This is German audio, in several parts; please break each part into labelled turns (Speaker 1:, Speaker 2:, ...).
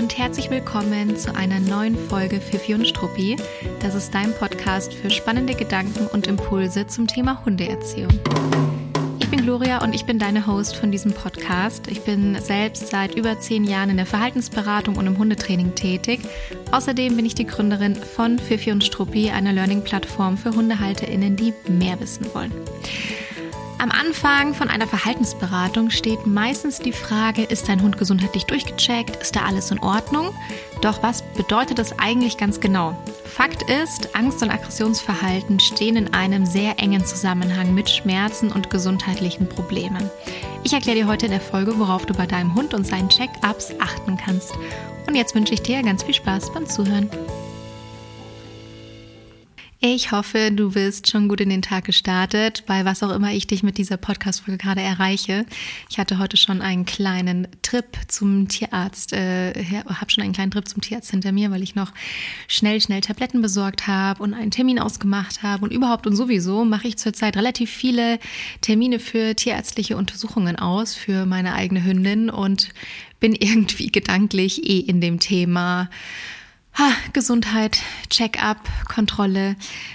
Speaker 1: und herzlich willkommen zu einer neuen Folge Fifi und Struppi. Das ist dein Podcast für spannende Gedanken und Impulse zum Thema Hundeerziehung. Ich bin Gloria und ich bin deine Host von diesem Podcast. Ich bin selbst seit über 10 Jahren in der Verhaltensberatung und im Hundetraining tätig. Außerdem bin ich die Gründerin von Fifi und Struppi, einer Learning-Plattform für HundehalterInnen, die mehr wissen wollen. Am Anfang von einer Verhaltensberatung steht meistens die Frage, ist dein Hund gesundheitlich durchgecheckt? Ist da alles in Ordnung? Doch was bedeutet das eigentlich ganz genau? Fakt ist, Angst- und Aggressionsverhalten stehen in einem sehr engen Zusammenhang mit Schmerzen und gesundheitlichen Problemen. Ich erkläre dir heute in der Folge, worauf du bei deinem Hund und seinen Check-ups achten kannst. Und jetzt wünsche ich dir ganz viel Spaß beim Zuhören. Ich hoffe, du bist schon gut in den Tag gestartet, bei was auch immer ich dich mit dieser Podcast-Folge gerade erreiche. Ich hatte heute schon einen kleinen Trip zum Tierarzt, hinter mir, weil ich noch schnell Tabletten besorgt habe und einen Termin ausgemacht habe und überhaupt und sowieso mache ich zurzeit relativ viele Termine für tierärztliche Untersuchungen aus für meine eigene Hündin und bin irgendwie gedanklich in dem Thema Gesundheit, Check-up, Kontrolle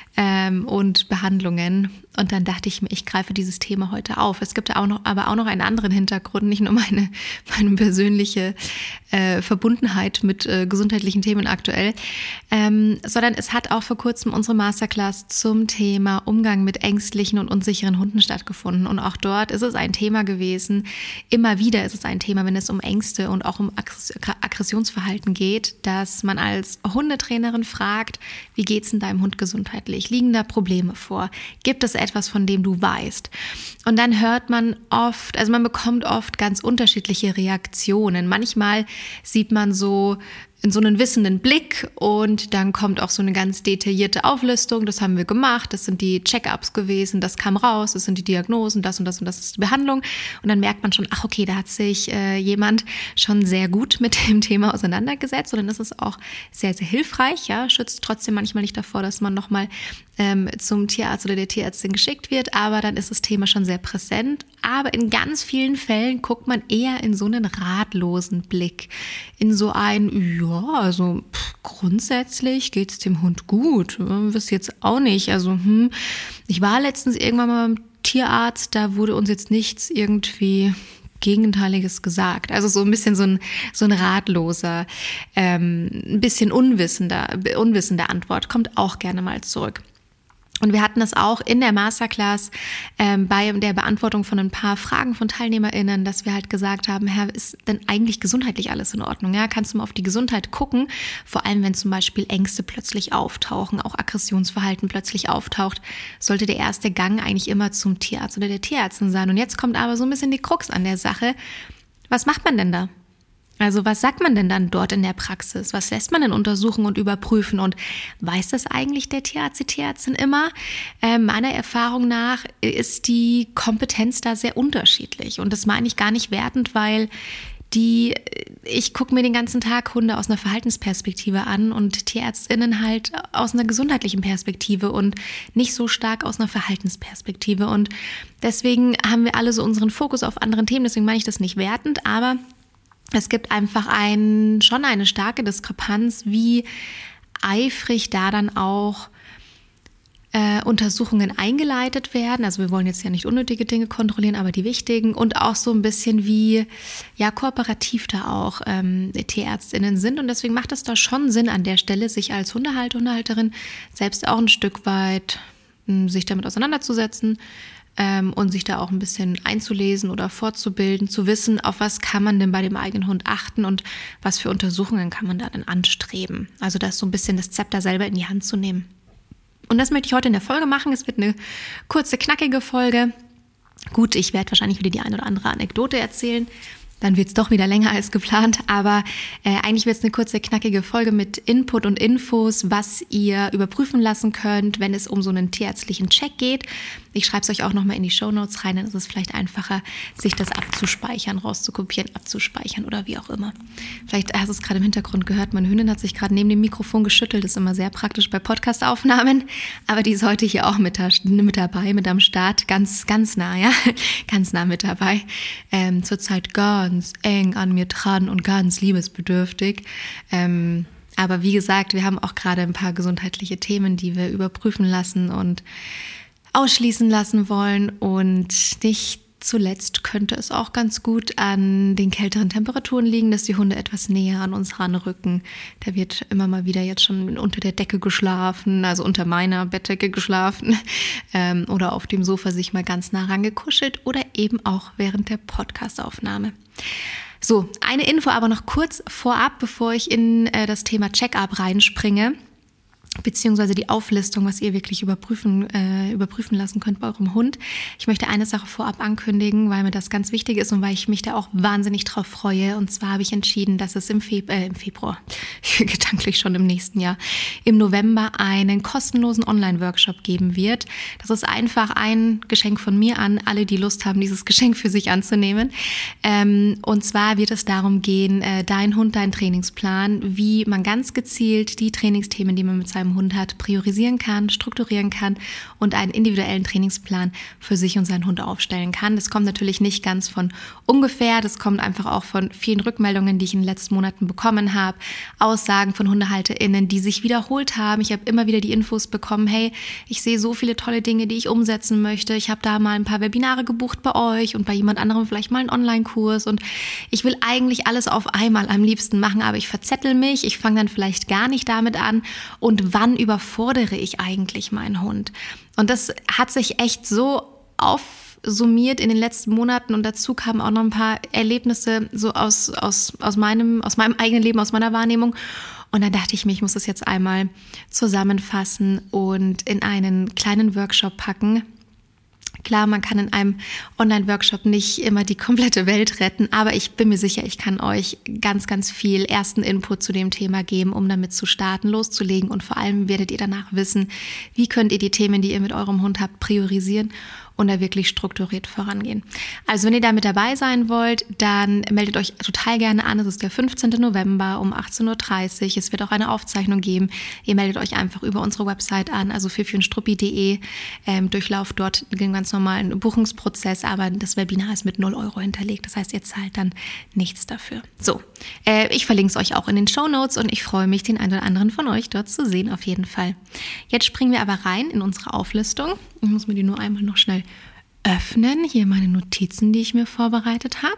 Speaker 1: und Behandlungen. Und dann dachte ich mir, ich greife dieses Thema heute auf. Es gibt aber auch noch einen anderen Hintergrund, nicht nur meine persönliche Verbundenheit mit gesundheitlichen Themen aktuell, sondern es hat auch vor kurzem unsere Masterclass zum Thema Umgang mit ängstlichen und unsicheren Hunden stattgefunden. Und auch dort ist es ein Thema gewesen. Immer wieder ist es ein Thema, wenn es um Ängste und auch um Aggressionsverhalten geht, dass man als Hundetrainerin fragt, wie geht's denn deinem Hund gesundheitlich? Liegen da Probleme vor? Gibt es etwas, von dem du weißt? Und dann hört man oft, also man bekommt oft ganz unterschiedliche Reaktionen. Manchmal sieht man so in so einen wissenden Blick und dann kommt auch so eine ganz detaillierte Auflistung. Das haben wir gemacht, das sind die Check-ups gewesen, das kam raus, das sind die Diagnosen, das und das und das ist die Behandlung. Und dann merkt man schon, ach okay, da hat sich jemand schon sehr gut mit dem Thema auseinandergesetzt. Und dann ist es auch sehr, sehr hilfreich, ja, schützt trotzdem manchmal nicht davor, dass man nochmal zum Tierarzt oder der Tierärztin geschickt wird, aber dann ist das Thema schon sehr präsent. Aber in ganz vielen Fällen guckt man eher in so einen ratlosen Blick, in so ein, grundsätzlich geht's dem Hund gut, wisst jetzt auch nicht, ich war letztens irgendwann mal beim Tierarzt, da wurde uns jetzt nichts irgendwie Gegenteiliges gesagt. Also so ein bisschen so ein ratloser, ein bisschen unwissende Antwort kommt auch gerne mal zurück. Und wir hatten das auch in der Masterclass bei der Beantwortung von ein paar Fragen von TeilnehmerInnen, dass wir halt gesagt haben, ist denn eigentlich gesundheitlich alles in Ordnung? Ja, kannst du mal auf die Gesundheit gucken? Vor allem, wenn zum Beispiel Ängste plötzlich auftauchen, auch Aggressionsverhalten plötzlich auftaucht, sollte der erste Gang eigentlich immer zum Tierarzt oder der Tierärztin sein. Und jetzt kommt aber so ein bisschen die Krux an der Sache. Was macht man denn da? Also was sagt man denn dann dort in der Praxis? Was lässt man denn untersuchen und überprüfen? Und weiß das eigentlich der Tierarzt, die Tierärztin immer? Meiner Erfahrung nach ist die Kompetenz da sehr unterschiedlich. Und das meine ich gar nicht wertend, weil ich gucke mir den ganzen Tag Hunde aus einer Verhaltensperspektive an und TierärztInnen halt aus einer gesundheitlichen Perspektive und nicht so stark aus einer Verhaltensperspektive. Und deswegen haben wir alle so unseren Fokus auf anderen Themen. Deswegen meine ich das nicht wertend, aber es gibt einfach schon eine starke Diskrepanz, wie eifrig da dann auch Untersuchungen eingeleitet werden. Also wir wollen jetzt ja nicht unnötige Dinge kontrollieren, aber die wichtigen und auch so ein bisschen wie kooperativ da auch TierärztInnen sind. Und deswegen macht es da schon Sinn an der Stelle, sich als Hundehalterin selbst auch ein Stück weit sich damit auseinanderzusetzen. Und sich da auch ein bisschen einzulesen oder fortzubilden, zu wissen, auf was kann man denn bei dem eigenen Hund achten und was für Untersuchungen kann man da denn anstreben. Also das so ein bisschen das Zepter selber in die Hand zu nehmen. Und das möchte ich heute in der Folge machen. Es wird eine kurze, knackige Folge. Gut, ich werde wahrscheinlich wieder die ein oder andere Anekdote erzählen. Dann wird es doch wieder länger als geplant, aber eigentlich wird es eine kurze, knackige Folge mit Input und Infos, was ihr überprüfen lassen könnt, wenn es um so einen tierärztlichen Check geht. Ich schreibe es euch auch nochmal in die Shownotes rein, dann ist es vielleicht einfacher, sich das abzuspeichern, rauszukopieren, abzuspeichern oder wie auch immer. Vielleicht hast du es gerade im Hintergrund gehört, meine Hündin hat sich gerade neben dem Mikrofon geschüttelt, das ist immer sehr praktisch bei Podcast-Aufnahmen, aber die ist heute hier auch mit dabei, mit am Start, ganz nah, ja, ganz nah mit dabei. Zurzeit ganz eng an mir dran und ganz liebesbedürftig. Aber wie gesagt, wir haben auch gerade ein paar gesundheitliche Themen, die wir überprüfen lassen und ausschließen lassen wollen. Und nicht zuletzt könnte es auch ganz gut an den kälteren Temperaturen liegen, dass die Hunde etwas näher an uns ranrücken. Da wird immer mal wieder jetzt schon unter der Decke geschlafen, also unter meiner Bettdecke geschlafen oder auf dem Sofa sich mal ganz nah rangekuschelt oder eben auch während der Podcastaufnahme. So, eine Info aber noch kurz vorab, bevor ich in das Thema Check-up reinspringe, beziehungsweise die Auflistung, was ihr wirklich überprüfen lassen könnt bei eurem Hund. Ich möchte eine Sache vorab ankündigen, weil mir das ganz wichtig ist und weil ich mich da auch wahnsinnig drauf freue. Und zwar habe ich entschieden, dass es im Februar, gedanklich schon im nächsten Jahr, im November einen kostenlosen Online-Workshop geben wird. Das ist einfach ein Geschenk von mir an alle, die Lust haben, dieses Geschenk für sich anzunehmen. Und zwar wird es darum gehen, dein Hund, dein Trainingsplan, wie man ganz gezielt die Trainingsthemen, die man mit seinem Hund hat, priorisieren kann, strukturieren kann und einen individuellen Trainingsplan für sich und seinen Hund aufstellen kann. Das kommt natürlich nicht ganz von ungefähr, das kommt einfach auch von vielen Rückmeldungen, die ich in den letzten Monaten bekommen habe, Aussagen von HundehalterInnen, die sich wiederholt haben. Ich habe immer wieder die Infos bekommen, hey, ich sehe so viele tolle Dinge, die ich umsetzen möchte. Ich habe da mal ein paar Webinare gebucht bei euch und bei jemand anderem vielleicht mal einen Online-Kurs und ich will eigentlich alles auf einmal am liebsten machen, aber ich verzettel mich, ich fange dann vielleicht gar nicht damit an und wann überfordere ich eigentlich meinen Hund? Und das hat sich echt so aufsummiert in den letzten Monaten und dazu kamen auch noch ein paar Erlebnisse so aus meinem eigenen Leben, aus meiner Wahrnehmung. Und dann dachte ich mir, ich muss das jetzt einmal zusammenfassen und in einen kleinen Workshop packen. Klar, man kann in einem Online-Workshop nicht immer die komplette Welt retten, aber ich bin mir sicher, ich kann euch ganz, ganz viel ersten Input zu dem Thema geben, um damit zu starten, loszulegen und vor allem werdet ihr danach wissen, wie könnt ihr die Themen, die ihr mit eurem Hund habt, priorisieren und da wirklich strukturiert vorangehen. Also wenn ihr da mit dabei sein wollt, dann meldet euch total gerne an. Es ist der 15. November um 18.30 Uhr. Es wird auch eine Aufzeichnung geben. Ihr meldet euch einfach über unsere Website an, also fifi-und-struppi.de. Durchlauft dort den ganz normalen Buchungsprozess, aber das Webinar ist mit 0 € hinterlegt. Das heißt, ihr zahlt dann nichts dafür. So, ich verlinke es euch auch in den Shownotes und ich freue mich, den einen oder anderen von euch dort zu sehen, auf jeden Fall. Jetzt springen wir aber rein in unsere Auflistung. Ich muss mir die nur einmal noch schnell öffnen. Hier meine Notizen, die ich mir vorbereitet habe.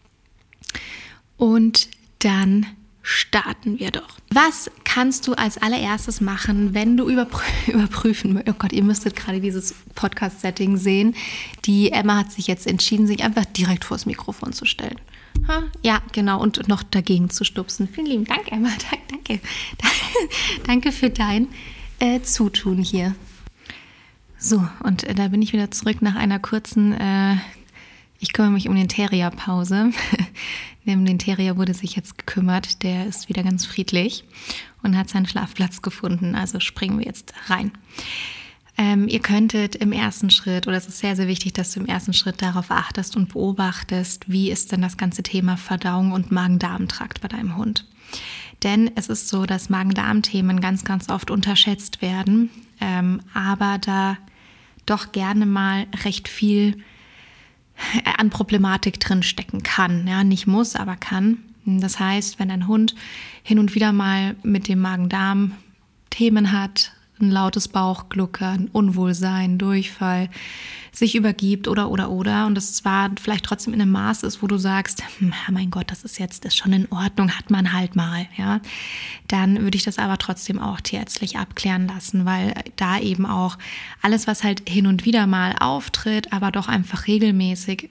Speaker 1: Und dann starten wir doch. Was kannst du als allererstes machen, wenn du überprüfen möchtest? Oh Gott, ihr müsstet gerade dieses Podcast-Setting sehen. Die Emma hat sich jetzt entschieden, sich einfach direkt vors Mikrofon zu stellen. Ja, genau, und noch dagegen zu stupsen. Vielen lieben Dank, Emma. Danke. Danke für dein Zutun hier. So, und da bin ich wieder zurück nach einer kurzen, ich kümmere mich um den Terrier-Pause. Um den Terrier wurde sich jetzt gekümmert, der ist wieder ganz friedlich und hat seinen Schlafplatz gefunden, also springen wir jetzt rein. Ihr könntet im ersten Schritt, oder es ist sehr, sehr wichtig, dass du im ersten Schritt darauf achtest und beobachtest, wie ist denn das ganze Thema Verdauung und Magen-Darm-Trakt bei deinem Hund. Denn es ist so, dass Magen-Darm-Themen ganz, ganz oft unterschätzt werden, aber da doch gerne mal recht viel an Problematik drin stecken kann. Ja, nicht muss, aber kann. Das heißt, wenn ein Hund hin und wieder mal mit dem Magen-Darm Themen hat, ein lautes Bauchgluckern, Unwohlsein, Durchfall, sich übergibt oder und das zwar vielleicht trotzdem in einem Maß ist, wo du sagst, mein Gott, das ist schon in Ordnung, hat man halt mal, ja, dann würde ich das aber trotzdem auch tierärztlich abklären lassen, weil da eben auch alles, was halt hin und wieder mal auftritt, aber doch einfach regelmäßig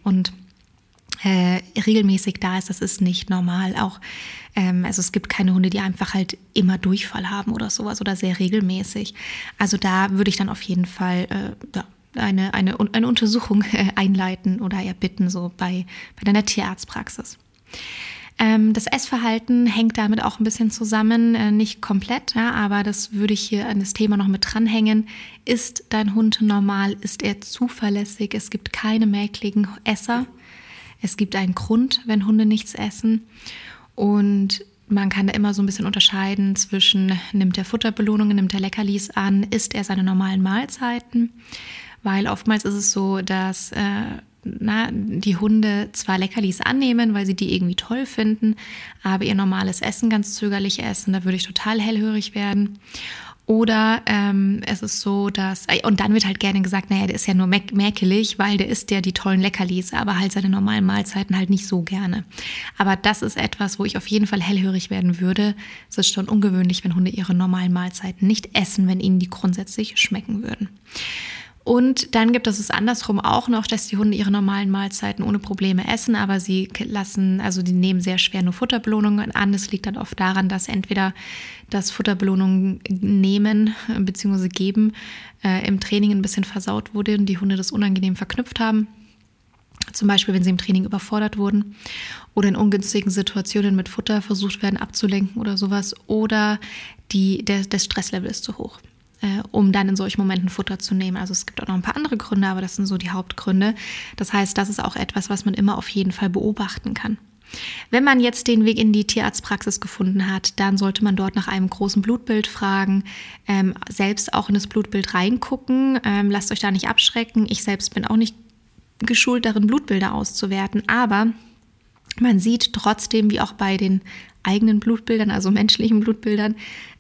Speaker 1: da ist, das ist nicht normal. Auch also es gibt keine Hunde, die einfach halt immer Durchfall haben oder sowas oder sehr regelmäßig. Also da würde ich dann auf jeden Fall eine Untersuchung einleiten oder erbitten, so bei deiner Tierarztpraxis. Das Essverhalten hängt damit auch ein bisschen zusammen, nicht komplett, ja, aber das würde ich hier an das Thema noch mit dranhängen. Ist dein Hund normal? Ist er zuverlässig? Es gibt keine mäkligen Esser. Es gibt einen Grund, wenn Hunde nichts essen. Und man kann da immer so ein bisschen unterscheiden zwischen, nimmt er Futterbelohnungen, nimmt er Leckerlis an, isst er seine normalen Mahlzeiten? Weil oftmals ist es so, dass die Hunde zwar Leckerlis annehmen, weil sie die irgendwie toll finden, aber ihr normales Essen ganz zögerlich essen. Da würde ich total hellhörig werden. Oder es ist so, dass, und dann wird halt gerne gesagt, naja, der ist ja nur mäkelig, weil der isst ja die tollen Leckerlis, aber halt seine normalen Mahlzeiten halt nicht so gerne. Aber das ist etwas, wo ich auf jeden Fall hellhörig werden würde. Es ist schon ungewöhnlich, wenn Hunde ihre normalen Mahlzeiten nicht essen, wenn ihnen die grundsätzlich schmecken würden. Und dann gibt es andersrum auch noch, dass die Hunde ihre normalen Mahlzeiten ohne Probleme essen, aber die nehmen sehr schwer nur Futterbelohnungen an. Das liegt dann oft daran, dass entweder das Futterbelohnungen nehmen bzw. geben im Training ein bisschen versaut wurde und die Hunde das unangenehm verknüpft haben. Zum Beispiel, wenn sie im Training überfordert wurden oder in ungünstigen Situationen mit Futter versucht werden abzulenken oder sowas. Oder das Stresslevel ist zu hoch, um dann in solchen Momenten Futter zu nehmen. Also es gibt auch noch ein paar andere Gründe, aber das sind so die Hauptgründe. Das heißt, das ist auch etwas, was man immer auf jeden Fall beobachten kann. Wenn man jetzt den Weg in die Tierarztpraxis gefunden hat, dann sollte man dort nach einem großen Blutbild fragen, selbst auch in das Blutbild reingucken. Lasst euch da nicht abschrecken. Ich selbst bin auch nicht geschult darin, Blutbilder auszuwerten, aber man sieht trotzdem, wie auch bei den eigenen Blutbildern, also menschlichen Blutbildern,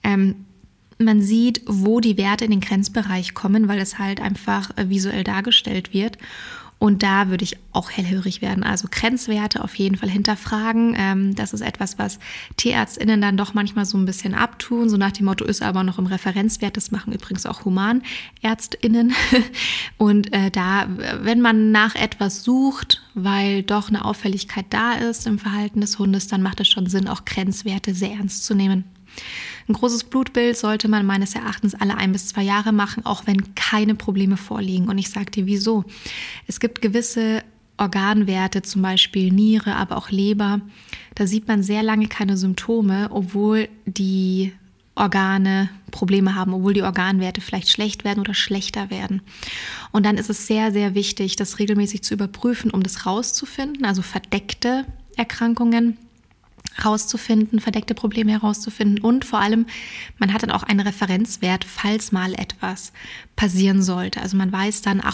Speaker 1: man sieht, wo die Werte in den Grenzbereich kommen, weil es halt einfach visuell dargestellt wird. Und da würde ich auch hellhörig werden. Also Grenzwerte auf jeden Fall hinterfragen. Das ist etwas, was TierärztInnen dann doch manchmal so ein bisschen abtun. So nach dem Motto, ist aber noch im Referenzwert. Das machen übrigens auch HumanärztInnen. Und wenn man nach etwas sucht, weil doch eine Auffälligkeit da ist im Verhalten des Hundes, dann macht es schon Sinn, auch Grenzwerte sehr ernst zu nehmen. Ein großes Blutbild sollte man meines Erachtens alle 1 bis 2 Jahre machen, auch wenn keine Probleme vorliegen. Und ich sage dir, wieso. Es gibt gewisse Organwerte, zum Beispiel Niere, aber auch Leber. Da sieht man sehr lange keine Symptome, obwohl die Organe Probleme haben, obwohl die Organwerte vielleicht schlecht werden oder schlechter werden. Und dann ist es sehr, sehr wichtig, das regelmäßig zu überprüfen, um das rauszufinden, also verdeckte Erkrankungen herauszufinden, verdeckte Probleme herauszufinden und vor allem, man hat dann auch einen Referenzwert, falls mal etwas passieren sollte. Also man weiß dann,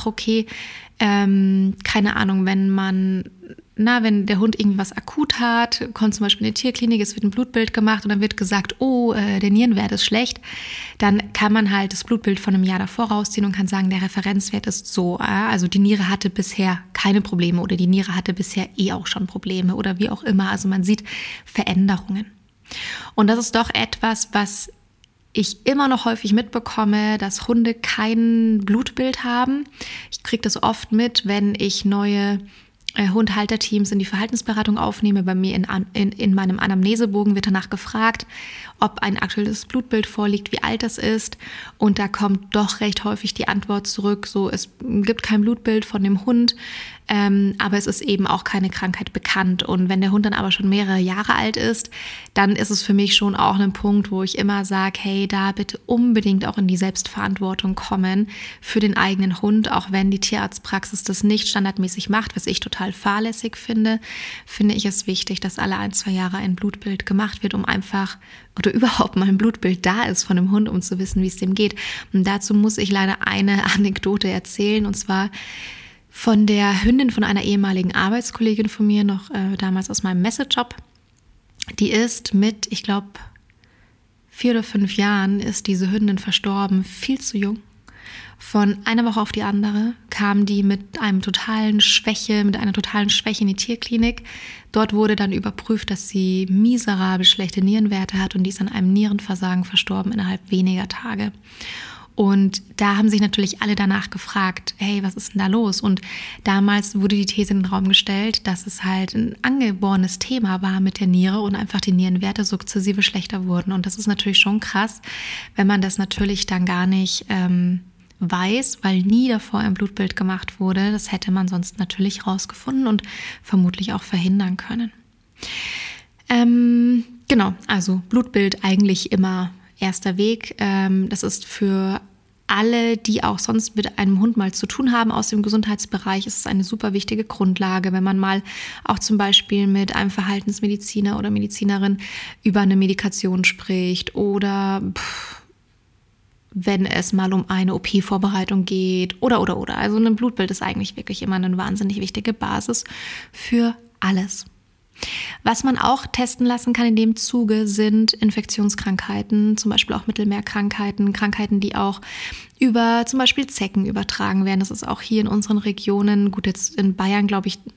Speaker 1: keine Ahnung, wenn der Hund irgendwie was akut hat, kommt zum Beispiel in die Tierklinik, es wird ein Blutbild gemacht und dann wird gesagt, der Nierenwert ist schlecht, dann kann man halt das Blutbild von einem Jahr davor rausziehen und kann sagen, der Referenzwert ist so, also die Niere hatte bisher keine Probleme oder die Niere hatte bisher auch schon Probleme oder wie auch immer, also man sieht Veränderungen. Und das ist doch etwas, was ich immer noch häufig mitbekomme, dass Hunde kein Blutbild haben. Ich kriege das oft mit, wenn ich neue Hundhalterteams in die Verhaltensberatung aufnehme. Bei mir in meinem Anamnesebogen wird danach gefragt, ob ein aktuelles Blutbild vorliegt, wie alt das ist. Und da kommt doch recht häufig die Antwort zurück, so es gibt kein Blutbild von dem Hund, aber es ist eben auch keine Krankheit bekannt. Und wenn der Hund dann aber schon mehrere Jahre alt ist, dann ist es für mich schon auch ein Punkt, wo ich immer sage, hey, da bitte unbedingt auch in die Selbstverantwortung kommen für den eigenen Hund, auch wenn die Tierarztpraxis das nicht standardmäßig macht, was ich total fahrlässig finde ich es wichtig, dass alle 1-2 Jahre ein Blutbild gemacht wird, um einfach oder überhaupt mal ein Blutbild da ist von dem Hund, um zu wissen, wie es dem geht. Und dazu muss ich leider eine Anekdote erzählen, und zwar von der Hündin von einer ehemaligen Arbeitskollegin von mir, noch damals aus meinem Messejob. Die ist mit, ich glaube, 4 oder 5 Jahren ist diese Hündin verstorben, viel zu jung. Von einer Woche auf die andere kam die mit einer totalen Schwäche in die Tierklinik. Dort wurde dann überprüft, dass sie miserabel schlechte Nierenwerte hat und die ist an einem Nierenversagen verstorben innerhalb weniger Tage. Und da haben sich natürlich alle danach gefragt, hey, was ist denn da los? Und damals wurde die These in den Raum gestellt, dass es halt ein angeborenes Thema war mit der Niere und einfach die Nierenwerte sukzessive schlechter wurden. Und das ist natürlich schon krass, wenn man das natürlich dann gar nicht weiß, weil nie davor ein Blutbild gemacht wurde. Das hätte man sonst natürlich rausgefunden und vermutlich auch verhindern können. Genau, also Blutbild eigentlich immer erster Weg. Das ist für alle, die auch sonst mit einem Hund mal zu tun haben aus dem Gesundheitsbereich, ist es eine super wichtige Grundlage, wenn man mal auch zum Beispiel mit einem Verhaltensmediziner oder Medizinerin über eine Medikation spricht oder wenn es mal um eine OP-Vorbereitung geht oder. Also ein Blutbild ist eigentlich wirklich immer eine wahnsinnig wichtige Basis für alles. Was man auch testen lassen kann in dem Zuge sind Infektionskrankheiten, zum Beispiel auch Mittelmeerkrankheiten, Krankheiten, die auch über zum Beispiel Zecken übertragen werden. Das ist auch hier in unseren Regionen, gut, jetzt in Bayern glaube ich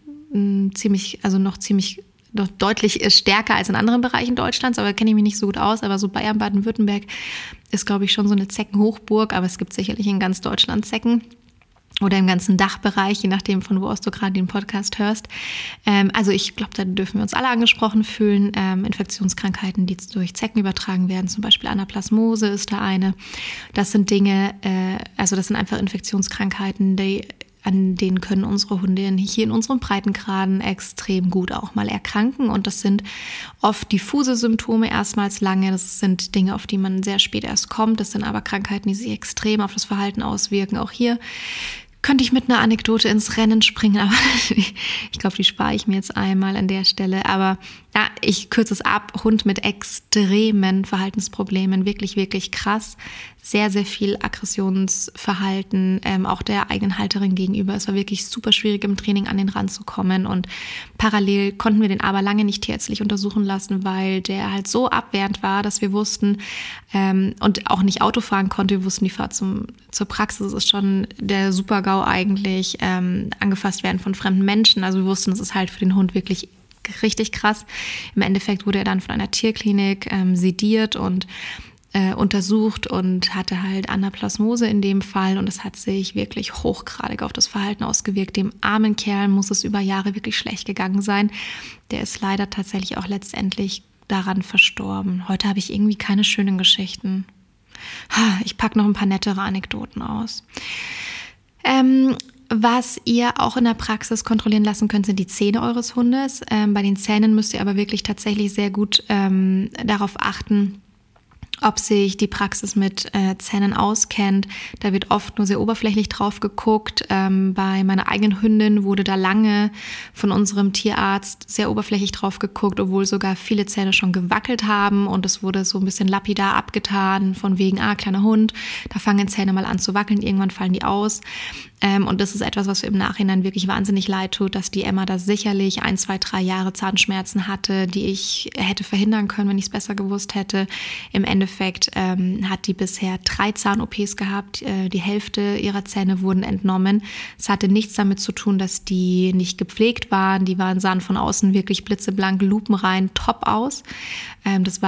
Speaker 1: noch deutlich stärker als in anderen Bereichen Deutschlands, aber kenne ich mich nicht so gut aus. Aber so Bayern, Baden-Württemberg ist, glaube ich, schon so eine Zeckenhochburg, aber es gibt sicherlich in ganz Deutschland Zecken. Oder im ganzen Dachbereich, je nachdem, von wo aus du gerade den Podcast hörst. Also ich glaube, da dürfen wir uns alle angesprochen fühlen. Infektionskrankheiten, die durch Zecken übertragen werden, zum Beispiel Anaplasmose ist da eine. Das sind Dinge, das sind einfach Infektionskrankheiten, an denen können unsere Hunde hier in unseren Breitengraden extrem gut auch mal erkranken. Und das sind oft diffuse Symptome erstmals lange. Das sind Dinge, auf die man sehr spät erst kommt. Das sind aber Krankheiten, die sich extrem auf das Verhalten auswirken. Auch hier könnte ich mit einer Anekdote ins Rennen springen, aber ich glaube, die spare ich mir jetzt einmal an der Stelle. Aber ja, ich kürze es ab. Hund mit extremen Verhaltensproblemen, wirklich, wirklich krass. Sehr, sehr viel Aggressionsverhalten, auch der eigenen Halterin gegenüber. Es war wirklich super schwierig im Training an den Rand zu kommen und parallel konnten wir den aber lange nicht tierärztlich untersuchen lassen, weil der halt so abwehrend war, dass wir wussten und auch nicht Auto fahren konnte. Wir wussten, die Fahrt zur Praxis ist schon der Super-GAU eigentlich, angefasst werden von fremden Menschen. Also wir wussten, das ist halt für den Hund wirklich richtig krass. Im Endeffekt wurde er dann von einer Tierklinik sediert und untersucht und hatte halt Anaplasmose in dem Fall und es hat sich wirklich hochgradig auf das Verhalten ausgewirkt. Dem armen Kerl muss es über Jahre wirklich schlecht gegangen sein. Der ist leider tatsächlich auch letztendlich daran verstorben. Heute habe ich irgendwie keine schönen Geschichten. Ich packe noch ein paar nettere Anekdoten aus. Was ihr auch in der Praxis kontrollieren lassen könnt, sind die Zähne eures Hundes. Bei den Zähnen müsst ihr aber wirklich tatsächlich sehr gut darauf achten, ob sich die Praxis mit Zähnen auskennt. Da wird oft nur sehr oberflächlich drauf geguckt. Bei meiner eigenen Hündin wurde da lange von unserem Tierarzt sehr oberflächlich drauf geguckt, obwohl sogar viele Zähne schon gewackelt haben und es wurde so ein bisschen lapidar abgetan, von wegen, kleiner Hund, da fangen Zähne mal an zu wackeln, irgendwann fallen die aus. Und das ist etwas, was mir im Nachhinein wirklich wahnsinnig leid tut, dass die Emma da sicherlich 1, 2, 3 Jahre Zahnschmerzen hatte, die ich hätte verhindern können, wenn ich es besser gewusst hätte. Im Endeffekt hat die bisher 3 Zahn-OPs gehabt. Die Hälfte ihrer Zähne wurden entnommen. Es hatte nichts damit zu tun, dass die nicht gepflegt waren. Die sahen von außen wirklich blitzeblank, lupenrein, top aus. Das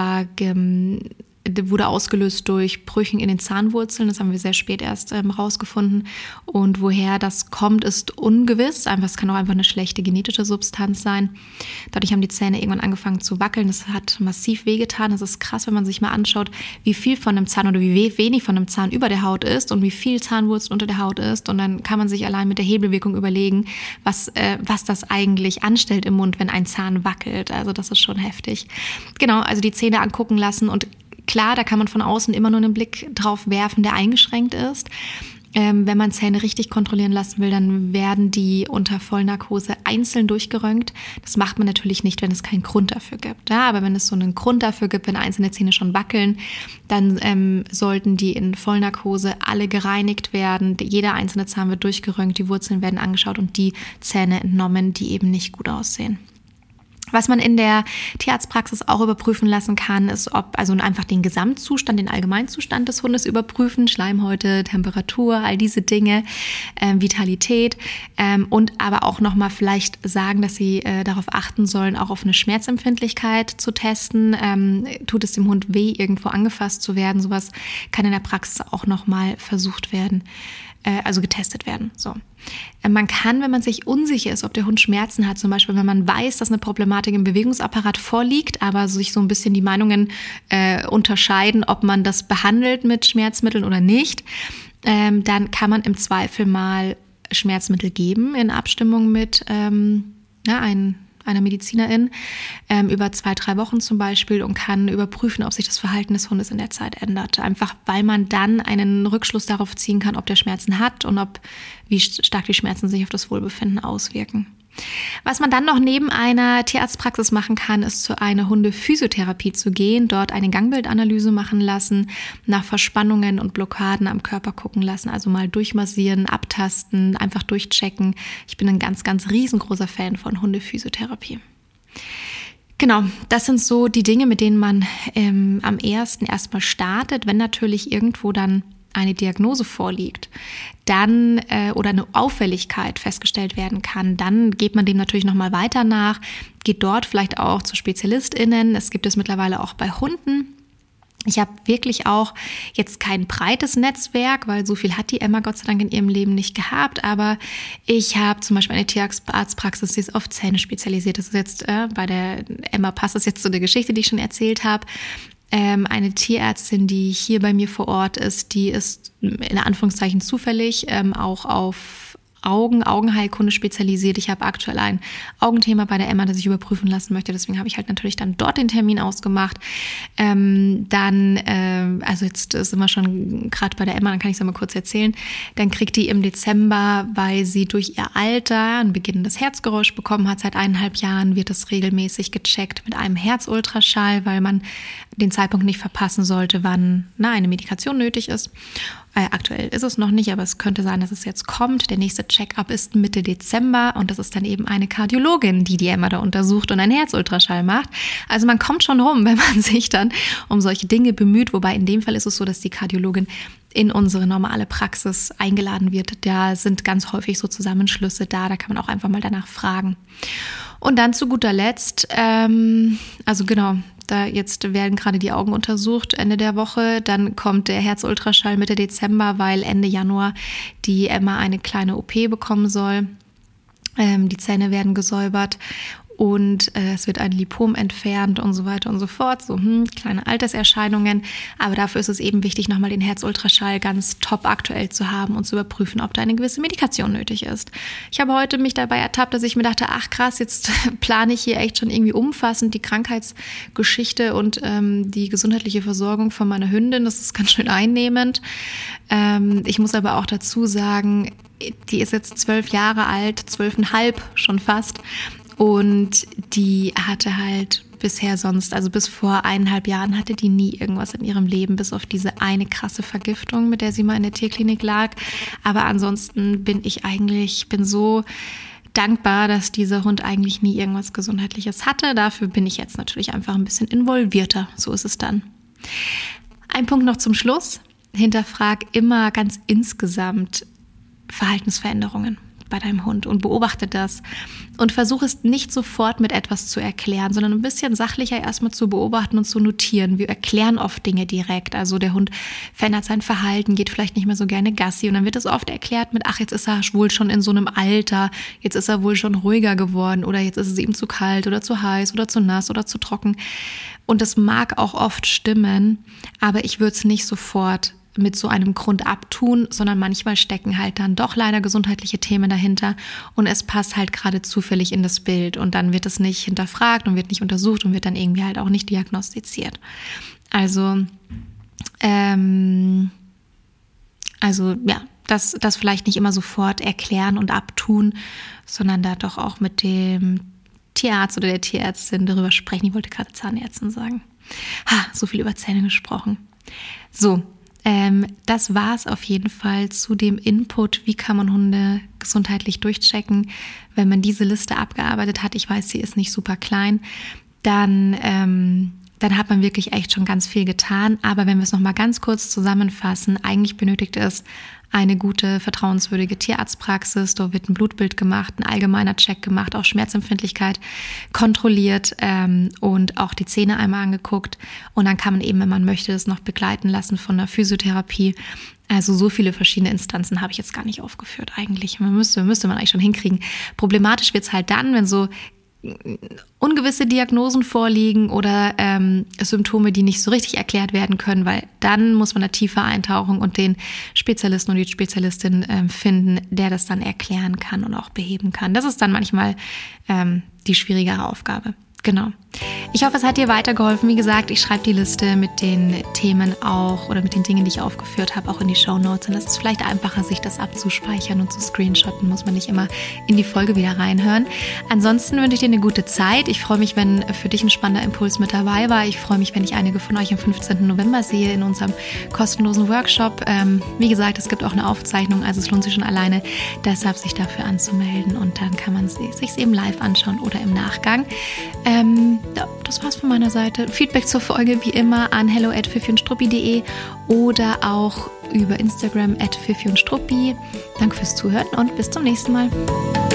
Speaker 1: wurde ausgelöst durch Brüchen in den Zahnwurzeln. Das haben wir sehr spät erst rausgefunden. Und woher das kommt, ist ungewiss. Es kann auch einfach eine schlechte genetische Substanz sein. Dadurch haben die Zähne irgendwann angefangen zu wackeln. Das hat massiv wehgetan. Das ist krass, wenn man sich mal anschaut, wie viel von einem Zahn oder wie wenig von einem Zahn über der Haut ist und wie viel Zahnwurzel unter der Haut ist. Und dann kann man sich allein mit der Hebelwirkung überlegen, was das eigentlich anstellt im Mund, wenn ein Zahn wackelt. Also das ist schon heftig. Genau, also die Zähne angucken lassen und klar, da kann man von außen immer nur einen Blick drauf werfen, der eingeschränkt ist. Wenn man Zähne richtig kontrollieren lassen will, dann werden die unter Vollnarkose einzeln durchgeröntgt. Das macht man natürlich nicht, wenn es keinen Grund dafür gibt. Ja, aber wenn es so einen Grund dafür gibt, wenn einzelne Zähne schon wackeln, dann sollten die in Vollnarkose alle gereinigt werden. Jeder einzelne Zahn wird durchgeröntgt, die Wurzeln werden angeschaut und die Zähne entnommen, die eben nicht gut aussehen. Was man in der Tierarztpraxis auch überprüfen lassen kann, ist, einfach den Gesamtzustand, den Allgemeinzustand des Hundes überprüfen, Schleimhäute, Temperatur, all diese Dinge, Vitalität und aber auch nochmal vielleicht sagen, dass sie darauf achten sollen, auch auf eine Schmerzempfindlichkeit zu testen. Tut es dem Hund weh, irgendwo angefasst zu werden? Sowas kann in der Praxis auch nochmal versucht werden. Getestet werden. So. Man kann, wenn man sich unsicher ist, ob der Hund Schmerzen hat, zum Beispiel, wenn man weiß, dass eine Problematik im Bewegungsapparat vorliegt, aber sich so ein bisschen die Meinungen unterscheiden, ob man das behandelt mit Schmerzmitteln oder nicht, dann kann man im Zweifel mal Schmerzmittel geben in Abstimmung mit einem einer Medizinerin, über 2-3 Wochen zum Beispiel und kann überprüfen, ob sich das Verhalten des Hundes in der Zeit ändert. Einfach, weil man dann einen Rückschluss darauf ziehen kann, ob der Schmerzen hat und wie stark die Schmerzen sich auf das Wohlbefinden auswirken. Was man dann noch neben einer Tierarztpraxis machen kann, ist zu einer Hundephysiotherapie zu gehen, dort eine Gangbildanalyse machen lassen, nach Verspannungen und Blockaden am Körper gucken lassen, also mal durchmassieren, abtasten, einfach durchchecken. Ich bin ein ganz, ganz riesengroßer Fan von Hundephysiotherapie. Genau, das sind so die Dinge, mit denen man am ehesten erstmal startet, wenn natürlich irgendwo dann eine Diagnose vorliegt, dann oder eine Auffälligkeit festgestellt werden kann, dann geht man dem natürlich nochmal weiter nach, geht dort vielleicht auch zu SpezialistInnen. Es gibt es mittlerweile auch bei Hunden. Ich habe wirklich auch jetzt kein breites Netzwerk, weil so viel hat die Emma Gott sei Dank in ihrem Leben nicht gehabt, aber ich habe zum Beispiel eine Tierarztpraxis, die ist auf Zähne spezialisiert. Das ist jetzt bei der Emma passt das jetzt zu der Geschichte, die ich schon erzählt habe. Eine Tierärztin, die hier bei mir vor Ort ist, die ist in Anführungszeichen zufällig auch auf Augenheilkunde spezialisiert. Ich habe aktuell ein Augenthema bei der Emma, das ich überprüfen lassen möchte. Deswegen habe ich halt natürlich dann dort den Termin ausgemacht. Also jetzt sind wir schon gerade bei der Emma, dann kann ich es ja mal kurz erzählen. Dann kriegt die im Dezember, weil sie durch ihr Alter ein beginnendes Herzgeräusch bekommen hat. Seit 1,5 Jahren wird das regelmäßig gecheckt mit einem Herzultraschall, weil man den Zeitpunkt nicht verpassen sollte, wann eine Medikation nötig ist. Aktuell ist es noch nicht, aber es könnte sein, dass es jetzt kommt. Der nächste Check-up ist Mitte Dezember und das ist dann eben eine Kardiologin, die Emma da untersucht und einen Herzultraschall macht. Also man kommt schon rum, wenn man sich dann um solche Dinge bemüht. Wobei in dem Fall ist es so, dass die Kardiologin in unsere normale Praxis eingeladen wird. Da sind ganz häufig so Zusammenschlüsse da kann man auch einfach mal danach fragen. Und dann zu guter Letzt, jetzt werden gerade die Augen untersucht, Ende der Woche. Dann kommt der Herzultraschall Mitte Dezember, weil Ende Januar die Emma eine kleine OP bekommen soll. Die Zähne werden gesäubert und es wird ein Lipom entfernt und so weiter und so fort. So kleine Alterserscheinungen. Aber dafür ist es eben wichtig, nochmal den Herzultraschall ganz top aktuell zu haben und zu überprüfen, ob da eine gewisse Medikation nötig ist. Ich habe heute mich dabei ertappt, dass ich mir dachte, ach krass, jetzt plane ich hier echt schon irgendwie umfassend die Krankheitsgeschichte und die gesundheitliche Versorgung von meiner Hündin. Das ist ganz schön einnehmend. Ich muss aber auch dazu sagen, die ist jetzt 12 Jahre alt, 12,5 schon fast. Und die hatte halt bisher sonst, also bis vor 1,5 Jahren hatte die nie irgendwas in ihrem Leben, bis auf diese eine krasse Vergiftung, mit der sie mal in der Tierklinik lag. Aber ansonsten bin so dankbar, dass dieser Hund eigentlich nie irgendwas Gesundheitliches hatte. Dafür bin ich jetzt natürlich einfach ein bisschen involvierter. So ist es dann. Ein Punkt noch zum Schluss. Hinterfrag immer ganz insgesamt Verhaltensveränderungen bei deinem Hund und beobachte das und versuche es nicht sofort mit etwas zu erklären, sondern ein bisschen sachlicher erstmal zu beobachten und zu notieren. Wir erklären oft Dinge direkt, also der Hund verändert sein Verhalten, geht vielleicht nicht mehr so gerne Gassi und dann wird es oft erklärt mit, ach, jetzt ist er wohl schon in so einem Alter, jetzt ist er wohl schon ruhiger geworden oder jetzt ist es ihm zu kalt oder zu heiß oder zu nass oder zu trocken und das mag auch oft stimmen, aber ich würde es nicht sofort mit so einem Grund abtun, sondern manchmal stecken halt dann doch leider gesundheitliche Themen dahinter und es passt halt gerade zufällig in das Bild und dann wird es nicht hinterfragt und wird nicht untersucht und wird dann irgendwie halt auch nicht diagnostiziert. Also das vielleicht nicht immer sofort erklären und abtun, sondern da doch auch mit dem Tierarzt oder der Tierärztin darüber sprechen. Ich wollte gerade Zahnärztin sagen. So viel über Zähne gesprochen. So, das war es auf jeden Fall zu dem Input, wie kann man Hunde gesundheitlich durchchecken. Wenn man diese Liste abgearbeitet hat, ich weiß, sie ist nicht super klein, dann hat man wirklich echt schon ganz viel getan. Aber wenn wir es nochmal ganz kurz zusammenfassen, eigentlich benötigt es eine gute, vertrauenswürdige Tierarztpraxis. Dort wird ein Blutbild gemacht, ein allgemeiner Check gemacht, auch Schmerzempfindlichkeit kontrolliert und auch die Zähne einmal angeguckt. Und dann kann man eben, wenn man möchte, das noch begleiten lassen von einer Physiotherapie. Also so viele verschiedene Instanzen habe ich jetzt gar nicht aufgeführt eigentlich. Müsste man eigentlich schon hinkriegen. Problematisch wird es halt dann, wenn so ungewisse Diagnosen vorliegen oder Symptome, die nicht so richtig erklärt werden können, weil dann muss man da tiefer eintauchen und den Spezialisten und die Spezialistin finden, der das dann erklären kann und auch beheben kann. Das ist dann manchmal die schwierigere Aufgabe. Genau. Ich hoffe, es hat dir weitergeholfen. Wie gesagt, ich schreibe die Liste mit den Themen auch oder mit den Dingen, die ich aufgeführt habe, auch in die Shownotes. Und es ist vielleicht einfacher, sich das abzuspeichern und zu screenshotten. Muss man nicht immer in die Folge wieder reinhören. Ansonsten wünsche ich dir eine gute Zeit. Ich freue mich, wenn für dich ein spannender Impuls mit dabei war. Ich freue mich, wenn ich einige von euch am 15. November sehe in unserem kostenlosen Workshop. Wie gesagt, es gibt auch eine Aufzeichnung, also es lohnt sich schon alleine, deshalb sich dafür anzumelden. Und dann kann man sich eben live anschauen oder im Nachgang. Das war's von meiner Seite. Feedback zur Folge wie immer an hello@fifiundstruppi.de oder auch über Instagram @fifiundstruppi. Danke fürs Zuhören und bis zum nächsten Mal.